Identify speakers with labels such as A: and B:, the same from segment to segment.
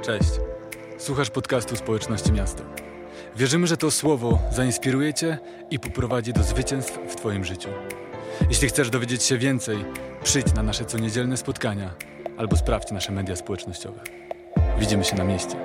A: Cześć. Słuchasz podcastu Społeczności Miasta. Wierzymy, że to słowo zainspiruje Cię i poprowadzi do zwycięstw w Twoim życiu. Jeśli chcesz dowiedzieć się więcej, przyjdź na nasze coniedzielne spotkania albo sprawdź nasze media społecznościowe. Widzimy się na mieście.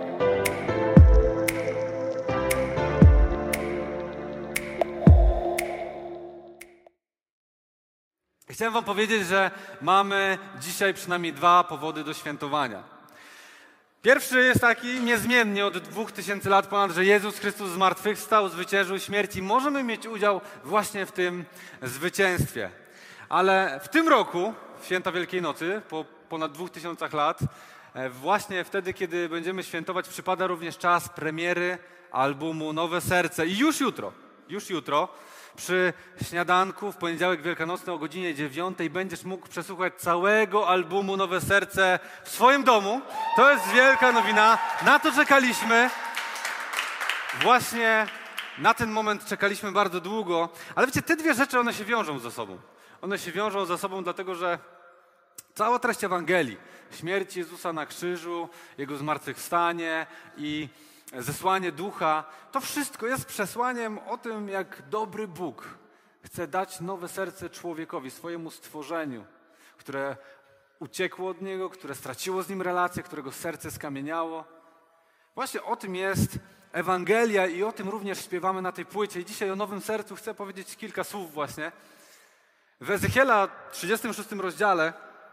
B: Chciałem wam powiedzieć, że mamy dzisiaj przynajmniej 2 powody do świętowania. Pierwszy jest taki niezmiennie od 2000 lat ponad, że Jezus Chrystus zmartwychwstał, zwyciężył śmierć i możemy mieć udział właśnie w tym zwycięstwie. Ale w tym roku, święta Wielkiej Nocy, po ponad 2000 lat, właśnie wtedy, kiedy będziemy świętować, przypada również czas premiery albumu Nowe Serce. I już jutro, przy śniadanku w poniedziałek wielkanocny o godzinie 9 będziesz mógł przesłuchać całego albumu Nowe Serce w swoim domu. To jest wielka nowina. Na to czekaliśmy. Właśnie na ten moment czekaliśmy bardzo długo. Ale wiecie, te dwie rzeczy, one się wiążą ze sobą. One się wiążą ze sobą dlatego, że cała treść Ewangelii, śmierć Jezusa na krzyżu, Jego zmartwychwstanie i zesłanie Ducha, to wszystko jest przesłaniem o tym, jak dobry Bóg chce dać nowe serce człowiekowi, swojemu stworzeniu, które uciekło od Niego, które straciło z Nim relację, którego serce skamieniało. Właśnie o tym jest Ewangelia i o tym również śpiewamy na tej płycie. I dzisiaj o nowym sercu chcę powiedzieć kilka słów właśnie. W Ezechiela 36 rozdziale,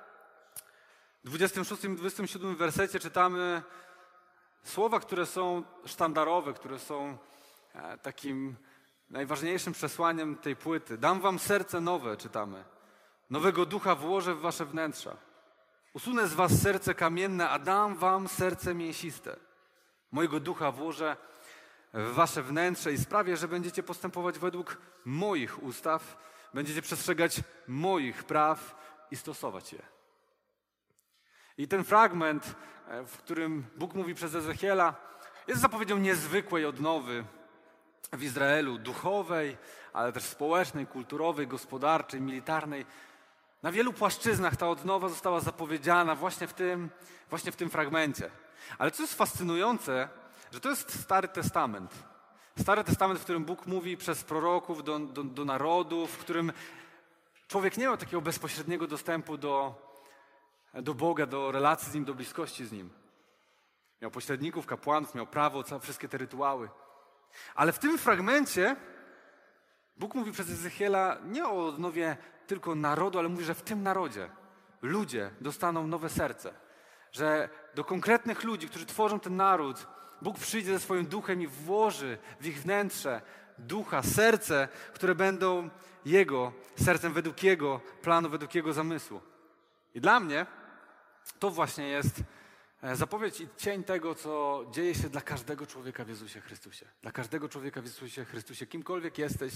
B: 26 i 27 wersecie czytamy słowa, które są sztandarowe, które są takim najważniejszym przesłaniem tej płyty. Dam wam serce nowe, czytamy. Nowego ducha włożę w wasze wnętrza. Usunę z was serce kamienne, a dam wam serce mięsiste. Mojego ducha włożę w wasze wnętrze i sprawię, że będziecie postępować według moich ustaw, będziecie przestrzegać moich praw i stosować je. I ten fragment, w którym Bóg mówi przez Ezechiela, jest zapowiedzią niezwykłej odnowy w Izraelu, duchowej, ale też społecznej, kulturowej, gospodarczej, militarnej. Na wielu płaszczyznach ta odnowa została zapowiedziana właśnie w tym fragmencie. Ale co jest fascynujące, że to jest Stary Testament. Stary Testament, w którym Bóg mówi przez proroków do narodów, w którym człowiek nie miał takiego bezpośredniego dostępu do Boga, do relacji z Nim, do bliskości z Nim. Miał pośredników, kapłanów, miał prawo, wszystkie te rytuały. Ale w tym fragmencie Bóg mówi przez Ezechiela nie o odnowie tylko narodu, ale mówi, że w tym narodzie ludzie dostaną nowe serce. Że do konkretnych ludzi, którzy tworzą ten naród, Bóg przyjdzie ze swoim duchem i włoży w ich wnętrze ducha, serce, które będą Jego sercem według Jego planu, według Jego zamysłu. I dla mnie to właśnie jest zapowiedź i cień tego, co dzieje się dla każdego człowieka w Jezusie Chrystusie. Dla każdego człowieka w Jezusie Chrystusie. Kimkolwiek jesteś,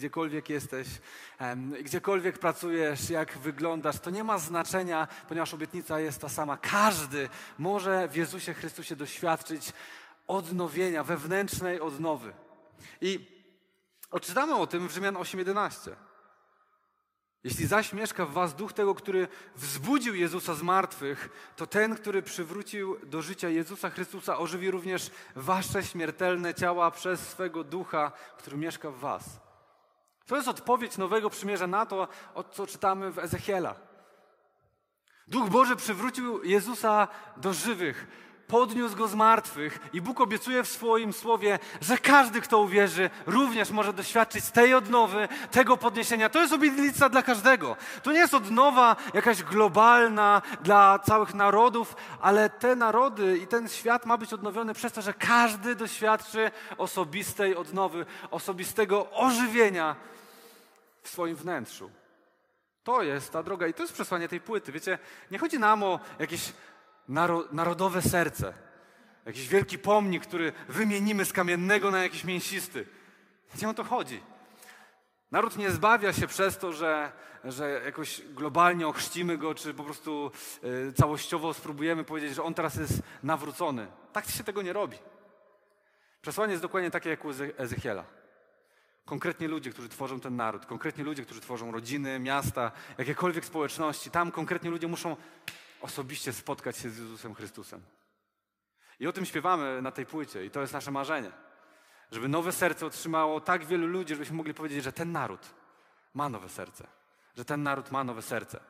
B: gdziekolwiek pracujesz, jak wyglądasz, to nie ma znaczenia, ponieważ obietnica jest ta sama. Każdy może w Jezusie Chrystusie doświadczyć odnowienia, wewnętrznej odnowy. I odczytamy o tym w Rzymian 8:11. Jeśli zaś mieszka w was duch tego, który wzbudził Jezusa z martwych, to ten, który przywrócił do życia Jezusa Chrystusa, ożywi również wasze śmiertelne ciała przez swego ducha, który mieszka w was. To jest odpowiedź Nowego Przymierza na to, o co czytamy w Ezechiela. Duch Boży przywrócił Jezusa do żywych, podniósł Go z martwych i Bóg obiecuje w swoim słowie, że każdy, kto uwierzy, również może doświadczyć tej odnowy, tego podniesienia. To jest obietnica dla każdego. To nie jest odnowa jakaś globalna dla całych narodów, ale te narody i ten świat ma być odnowiony przez to, że każdy doświadczy osobistej odnowy, osobistego ożywienia w swoim wnętrzu. To jest ta droga i to jest przesłanie tej płyty. Wiecie, nie chodzi nam o jakieś narodowe serce. Jakiś wielki pomnik, który wymienimy z kamiennego na jakiś mięsisty. Nie o to chodzi. Naród nie zbawia się przez to, że jakoś globalnie ochrzcimy go, czy po prostu całościowo spróbujemy powiedzieć, że on teraz jest nawrócony. Tak się tego nie robi. Przesłanie jest dokładnie takie jak u Ezechiela. Konkretnie ludzie, którzy tworzą ten naród, konkretnie ludzie, którzy tworzą rodziny, miasta, jakiekolwiek społeczności, tam konkretnie ludzie muszą osobiście spotkać się z Jezusem Chrystusem. I o tym śpiewamy na tej płycie i to jest nasze marzenie. Żeby nowe serce otrzymało tak wielu ludzi, żebyśmy mogli powiedzieć, że ten naród ma nowe serce. Że ten naród ma nowe serce.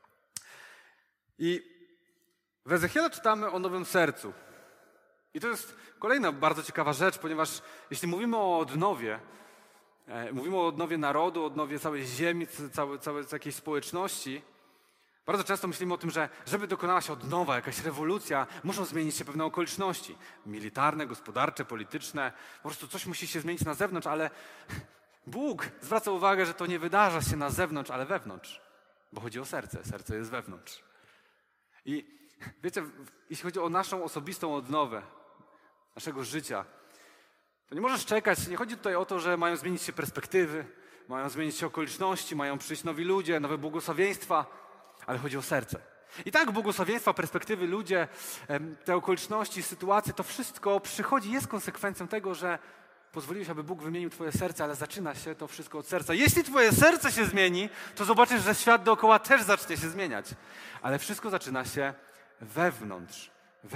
B: I w Ezechiela czytamy o nowym sercu. I to jest kolejna bardzo ciekawa rzecz, ponieważ jeśli mówimy o odnowie narodu, odnowie całej ziemi, całej jakiejś społeczności, bardzo często myślimy o tym, że żeby dokonała się odnowa, jakaś rewolucja, muszą zmienić się pewne okoliczności. Militarne, gospodarcze, polityczne. Po prostu coś musi się zmienić na zewnątrz, ale Bóg zwraca uwagę, że to nie wydarza się na zewnątrz, ale wewnątrz. Bo chodzi o serce. Serce jest wewnątrz. I wiecie, jeśli chodzi o naszą osobistą odnowę, naszego życia, to nie możesz czekać. Nie chodzi tutaj o to, że mają zmienić się perspektywy, mają zmienić się okoliczności, mają przyjść nowi ludzie, nowe błogosławieństwa, ale chodzi o serce. I tak błogosławieństwa, perspektywy, ludzie, te okoliczności, sytuacje, to wszystko przychodzi, jest konsekwencją tego, że pozwoliłeś, aby Bóg wymienił twoje serce, ale zaczyna się to wszystko od serca. Jeśli twoje serce się zmieni, to zobaczysz, że świat dookoła też zacznie się zmieniać. Ale wszystko zaczyna się wewnątrz.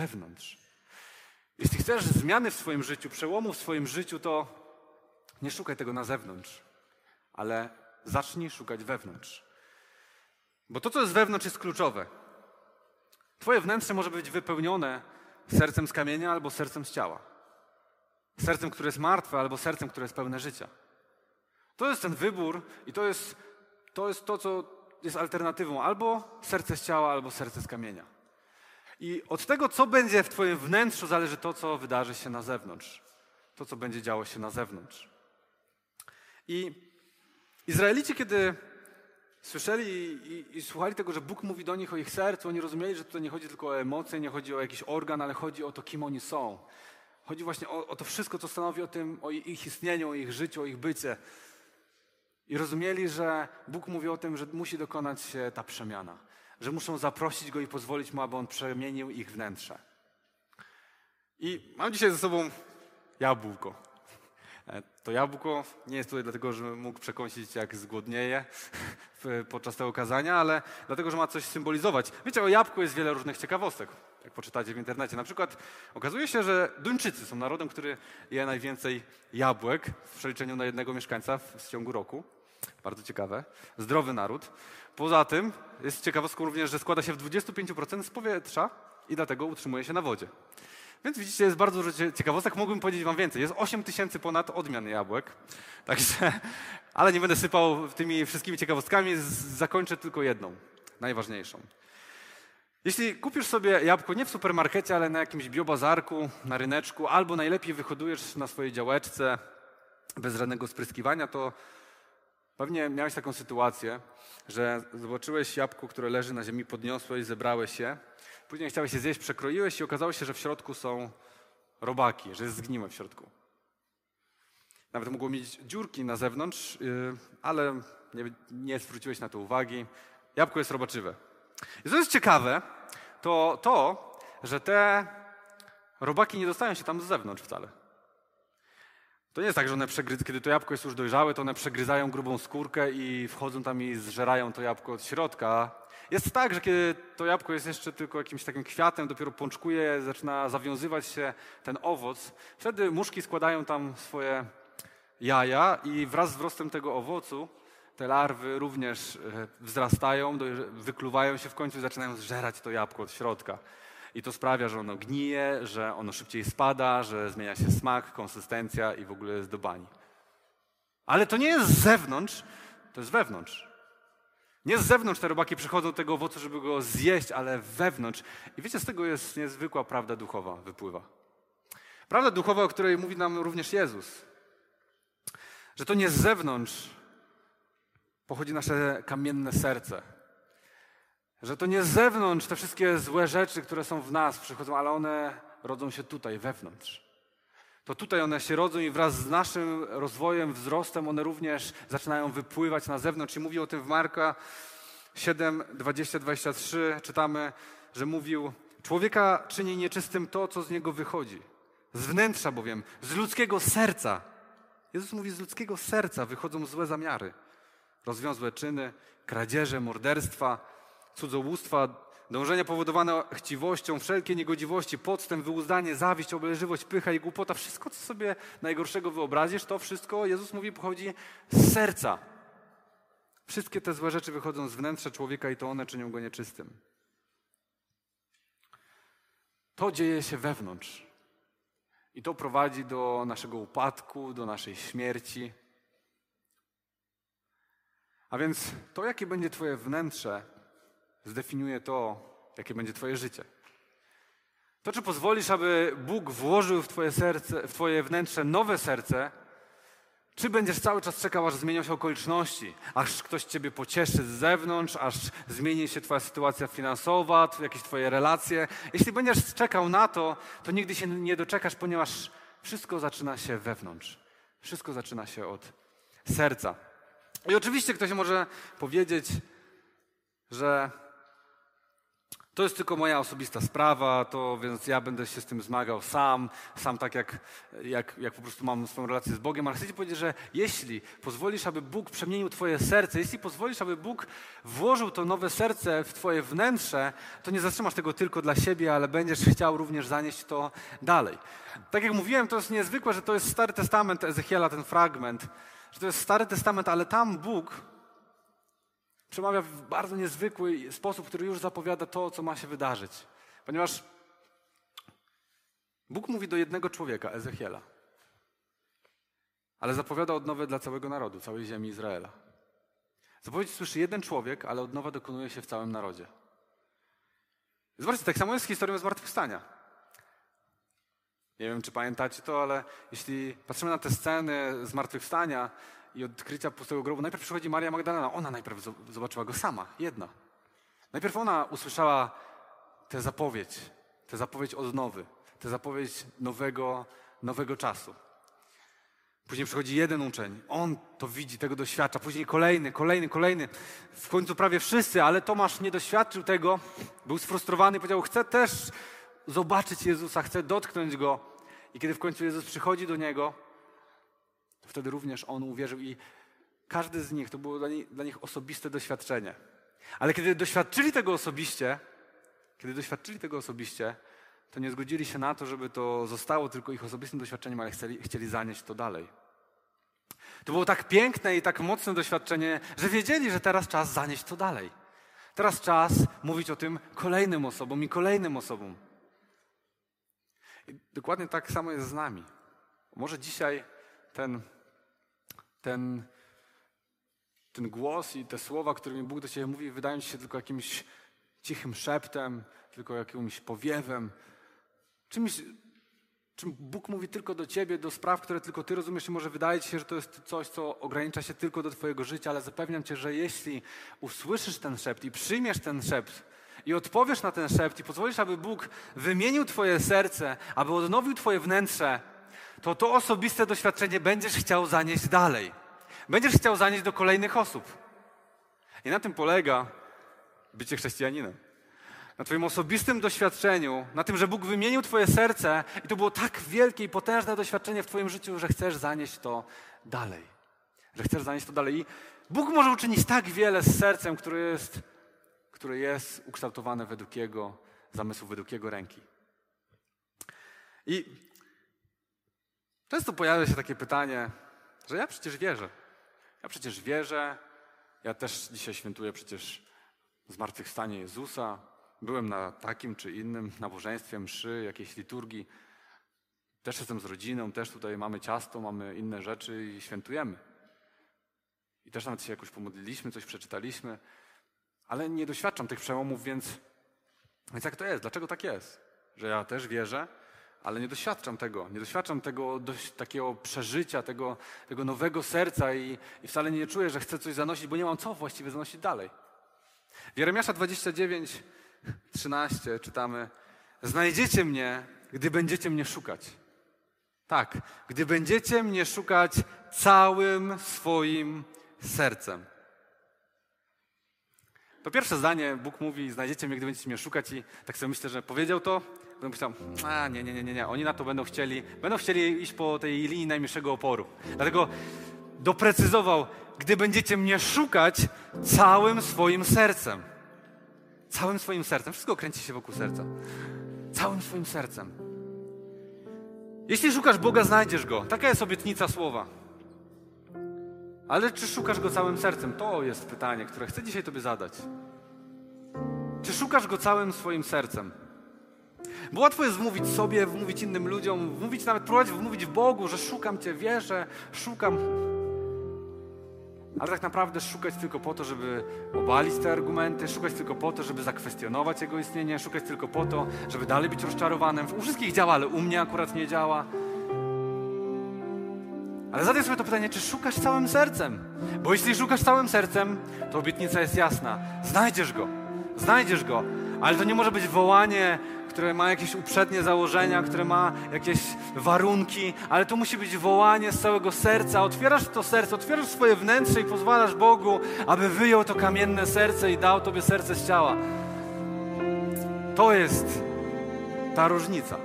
B: Jeśli chcesz zmiany w swoim życiu, przełomu w swoim życiu, to nie szukaj tego na zewnątrz, ale zacznij szukać wewnątrz. Bo to, co jest wewnątrz, jest kluczowe. Twoje wnętrze może być wypełnione sercem z kamienia albo sercem z ciała. Sercem, które jest martwe, albo sercem, które jest pełne życia. To jest ten wybór i to jest to, co jest alternatywą. Albo serce z ciała, albo serce z kamienia. I od tego, co będzie w twoim wnętrzu, zależy to, co wydarzy się na zewnątrz. To, co będzie działo się na zewnątrz. I Izraelici, kiedy słyszeli i słuchali tego, że Bóg mówi do nich o ich sercu, oni rozumieli, że tutaj nie chodzi tylko o emocje, nie chodzi o jakiś organ, ale chodzi o to, kim oni są. Chodzi właśnie o to wszystko, co stanowi o ich istnieniu, o ich życiu, o ich bycie. I rozumieli, że Bóg mówi o tym, że musi dokonać się ta przemiana. Że muszą zaprosić Go i pozwolić Mu, aby On przemienił ich wnętrze. I mam dzisiaj ze sobą jabłko. To jabłko nie jest tutaj dlatego, że mógł przekąsić, jak zgłodnieje podczas tego kazania, ale dlatego, że ma coś symbolizować. Wiecie, o jabłku jest wiele różnych ciekawostek, jak poczytacie w internecie. Na przykład okazuje się, że Duńczycy są narodem, który je najwięcej jabłek w przeliczeniu na jednego mieszkańca w ciągu roku. Bardzo ciekawe. Zdrowy naród. Poza tym jest ciekawostką również, że składa się w 25% z powietrza i dlatego utrzymuje się na wodzie. Więc widzicie, jest bardzo dużo ciekawostek. Mógłbym powiedzieć wam więcej. Jest 8000 ponad odmian jabłek. Także, ale nie będę sypał tymi wszystkimi ciekawostkami. Zakończę tylko jedną, najważniejszą. Jeśli kupisz sobie jabłko nie w supermarkecie, ale na jakimś biobazarku, na ryneczku, albo najlepiej wyhodujesz na swojej działeczce bez żadnego spryskiwania, to pewnie miałeś taką sytuację, że zobaczyłeś jabłko, które leży na ziemi, podniosłeś, zebrałeś je, później chciałeś je zjeść, przekroiłeś i okazało się, że w środku są robaki, że jest zgniłe w środku. Nawet mogło mieć dziurki na zewnątrz, ale nie zwróciłeś na to uwagi. Jabłko jest robaczywe. I co jest ciekawe, to, że te robaki nie dostają się tam z zewnątrz wcale. To nie jest tak, że one kiedy to jabłko jest już dojrzałe, to one przegryzają grubą skórkę i wchodzą tam i zżerają to jabłko od środka. Jest tak, że kiedy to jabłko jest jeszcze tylko jakimś takim kwiatem, dopiero pączkuje, zaczyna zawiązywać się ten owoc, wtedy muszki składają tam swoje jaja i wraz z wzrostem tego owocu te larwy również wzrastają, wykluwają się w końcu i zaczynają zżerać to jabłko od środka. I to sprawia, że ono gnije, że ono szybciej spada, że zmienia się smak, konsystencja i w ogóle jest do bani. Ale to nie jest z zewnątrz, to jest wewnątrz. Nie z zewnątrz te robaki przychodzą do tego owocu, żeby go zjeść, ale wewnątrz. I wiecie, z tego jest niezwykła prawda duchowa wypływa. Prawda duchowa, o której mówi nam również Jezus. Że to nie z zewnątrz pochodzi nasze kamienne serce. Że to nie z zewnątrz te wszystkie złe rzeczy, które są w nas, przychodzą, ale one rodzą się tutaj, wewnątrz. To tutaj one się rodzą i wraz z naszym rozwojem, wzrostem one również zaczynają wypływać na zewnątrz. I mówi o tym w Marka 7, 20-23. Czytamy, że mówił: człowieka czyni nieczystym to, co z niego wychodzi. Z wnętrza bowiem, z ludzkiego serca. Jezus mówi, z ludzkiego serca wychodzą złe zamiary. Rozwiązłe czyny, kradzieże, morderstwa, cudzołóstwa, Dążenia powodowane chciwością, wszelkie niegodziwości, podstęp, wyuzdanie, zawiść, obelżywość, pycha i głupota, wszystko, co sobie najgorszego wyobrazisz, to wszystko, Jezus mówi, pochodzi z serca. Wszystkie te złe rzeczy wychodzą z wnętrza człowieka i to one czynią go nieczystym. To dzieje się wewnątrz. I to prowadzi do naszego upadku, do naszej śmierci. A więc to, jakie będzie twoje wnętrze, zdefiniuje to, jakie będzie twoje życie. To, czy pozwolisz, aby Bóg włożył w twoje serce, w twoje wnętrze nowe serce, czy będziesz cały czas czekał, aż zmienią się okoliczności, aż ktoś ciebie pocieszy z zewnątrz, aż zmieni się twoja sytuacja finansowa, jakieś twoje relacje. Jeśli będziesz czekał na to, to nigdy się nie doczekasz, ponieważ wszystko zaczyna się wewnątrz. Wszystko zaczyna się od serca. I oczywiście ktoś może powiedzieć, że to jest tylko moja osobista sprawa, to więc ja będę się z tym zmagał sam tak jak po prostu mam swoją relację z Bogiem, ale chcę ci powiedzieć, że jeśli pozwolisz, aby Bóg przemienił twoje serce, jeśli pozwolisz, aby Bóg włożył to nowe serce w twoje wnętrze, to nie zatrzymasz tego tylko dla siebie, ale będziesz chciał również zanieść to dalej. Tak jak mówiłem, to jest niezwykłe, że to jest Stary Testament Ezechiela, ten fragment, że to jest Stary Testament, ale tam Bóg przemawia w bardzo niezwykły sposób, który już zapowiada to, co ma się wydarzyć. Ponieważ Bóg mówi do jednego człowieka, Ezechiela, ale zapowiada odnowę dla całego narodu, całej ziemi Izraela. Zapowiedź słyszy jeden człowiek, ale odnowa dokonuje się w całym narodzie. Zobaczcie, tak samo jest z historią zmartwychwstania. Nie wiem, czy pamiętacie to, ale jeśli patrzymy na te sceny zmartwychwstania i odkrycia pustego grobu, najpierw przychodzi Maria Magdalena. Ona najpierw zobaczyła go sama, jedna. Najpierw ona usłyszała tę zapowiedź odnowy, tę zapowiedź nowego czasu. Później przychodzi jeden uczeń, on to widzi, tego doświadcza, później kolejny. W końcu prawie wszyscy, ale Tomasz nie doświadczył tego, był sfrustrowany i powiedział, chcę też zobaczyć Jezusa, chcę dotknąć Go. I kiedy w końcu Jezus przychodzi do niego, to wtedy również on uwierzył i każdy z nich, to było dla nich osobiste doświadczenie. Ale kiedy doświadczyli tego osobiście, to nie zgodzili się na to, żeby to zostało tylko ich osobistym doświadczeniem, ale chcieli zanieść to dalej. To było tak piękne i tak mocne doświadczenie, że wiedzieli, że teraz czas zanieść to dalej. Teraz czas mówić o tym kolejnym osobom i kolejnym osobom. I dokładnie tak samo jest z nami. Może dzisiaj ten głos i te słowa, którymi Bóg do ciebie mówi, wydają ci się tylko jakimś cichym szeptem, tylko jakimś powiewem, czymś, czym Bóg mówi tylko do ciebie, do spraw, które tylko ty rozumiesz i może wydaje ci się, że to jest coś, co ogranicza się tylko do twojego życia, ale zapewniam cię, że jeśli usłyszysz ten szept i przyjmiesz ten szept i odpowiesz na ten szept i pozwolisz, aby Bóg wymienił twoje serce, aby odnowił twoje wnętrze, to osobiste doświadczenie będziesz chciał zanieść dalej. Będziesz chciał zanieść do kolejnych osób. I na tym polega bycie chrześcijaninem. Na twoim osobistym doświadczeniu, na tym, że Bóg wymienił twoje serce i to było tak wielkie i potężne doświadczenie w twoim życiu, że chcesz zanieść to dalej. I Bóg może uczynić tak wiele z sercem, które jest ukształtowane według Jego zamysłu, według Jego ręki. I często pojawia się takie pytanie, że ja przecież wierzę. Ja też dzisiaj świętuję przecież zmartwychwstanie Jezusa. Byłem na takim czy innym nabożeństwie, mszy, jakiejś liturgii. Też jestem z rodziną, też tutaj mamy ciasto, mamy inne rzeczy i świętujemy. I też nawet się jakoś pomodliliśmy, coś przeczytaliśmy, ale nie doświadczam tych przełomów, więc jak to jest? Dlaczego tak jest? Że ja też wierzę, ale nie doświadczam tego takiego przeżycia, tego nowego serca i wcale nie czuję, że chcę coś zanosić, bo nie mam co właściwie zanosić dalej. W Jeremiasza 29:13 czytamy: znajdziecie mnie, gdy będziecie mnie szukać. Tak, gdy będziecie mnie szukać całym swoim sercem. To pierwsze zdanie, Bóg mówi, znajdziecie mnie, gdy będziecie mnie szukać i tak sobie myślę, że powiedział to, będę myślał, nie, oni na to będą chcieli iść po tej linii najmniejszego oporu. Dlatego doprecyzował, gdy będziecie mnie szukać całym swoim sercem. Całym swoim sercem. Wszystko kręci się wokół serca. Całym swoim sercem. Jeśli szukasz Boga, znajdziesz Go. Taka jest obietnica słowa. Ale czy szukasz Go całym sercem? To jest pytanie, które chcę dzisiaj Tobie zadać. Czy szukasz Go całym swoim sercem? Bo łatwo jest wmówić sobie, wmówić innym ludziom, próbować wmówić Bogu, że szukam Cię, wierzę, szukam. Ale tak naprawdę szukać tylko po to, żeby obalić te argumenty, szukać tylko po to, żeby zakwestionować Jego istnienie, szukać tylko po to, żeby dalej być rozczarowanym. U wszystkich działa, ale u mnie akurat nie działa. Ale zadaj sobie to pytanie, czy szukasz całym sercem? Bo jeśli szukasz całym sercem, to obietnica jest jasna. Znajdziesz Go. Znajdziesz Go. Ale to nie może być wołanie, które ma jakieś uprzednie założenia, które ma jakieś warunki, ale to musi być wołanie z całego serca. Otwierasz to serce, otwierasz swoje wnętrze i pozwalasz Bogu, aby wyjął to kamienne serce i dał Tobie serce z ciała. To jest ta różnica.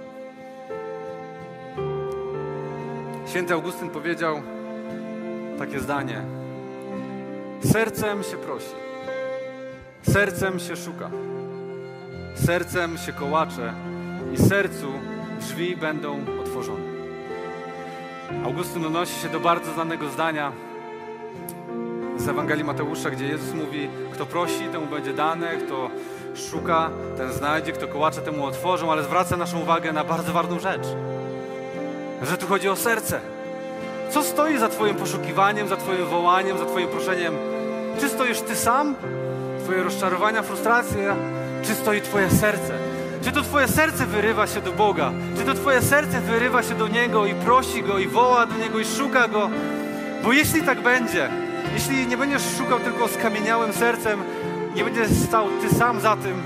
B: Święty Augustyn powiedział takie zdanie: sercem się prosi, sercem się szuka, sercem się kołacze i sercu drzwi będą otworzone. Augustyn odnosi się do bardzo znanego zdania z Ewangelii Mateusza, gdzie Jezus mówi: kto prosi, temu będzie dane, kto szuka, ten znajdzie, kto kołacze, temu otworzą, ale zwraca naszą uwagę na bardzo ważną rzecz, że tu chodzi o serce. Co stoi za Twoim poszukiwaniem, za Twoim wołaniem, za Twoim proszeniem? Czy stoisz Ty sam? Twoje rozczarowania, frustracje? Czy stoi Twoje serce? Czy to Twoje serce wyrywa się do Boga? Czy to Twoje serce wyrywa się do Niego i prosi Go, i woła do Niego, i szuka Go? Bo jeśli tak będzie, jeśli nie będziesz szukał tylko skamieniałym sercem, nie będziesz stał Ty sam za tym,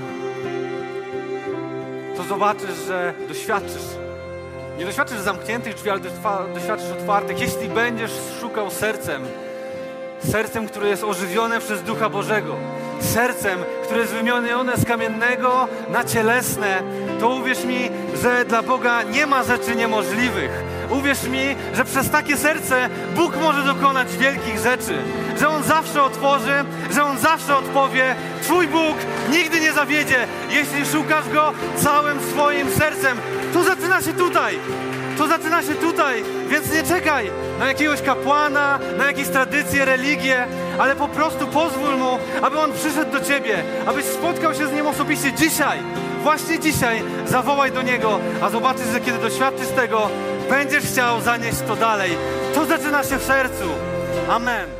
B: to zobaczysz, że doświadczysz. Nie doświadczysz zamkniętych drzwi, ale doświadczysz otwartych. Jeśli będziesz szukał sercem, sercem, które jest ożywione przez Ducha Bożego, sercem, które jest wymienione z kamiennego na cielesne, to uwierz mi, że dla Boga nie ma rzeczy niemożliwych. Uwierz mi, że przez takie serce Bóg może dokonać wielkich rzeczy. Że On zawsze otworzy, że On zawsze odpowie. Twój Bóg nigdy nie zawiedzie, jeśli szukasz Go całym swoim sercem. To zaczyna się tutaj. To zaczyna się tutaj, więc nie czekaj na jakiegoś kapłana, na jakieś tradycje, religie, ale po prostu pozwól Mu, aby On przyszedł do Ciebie, abyś spotkał się z Nim osobiście dzisiaj. Właśnie dzisiaj zawołaj do Niego, a zobaczysz, że kiedy doświadczysz tego, będziesz chciał zanieść to dalej. To zaczyna się w sercu. Amen.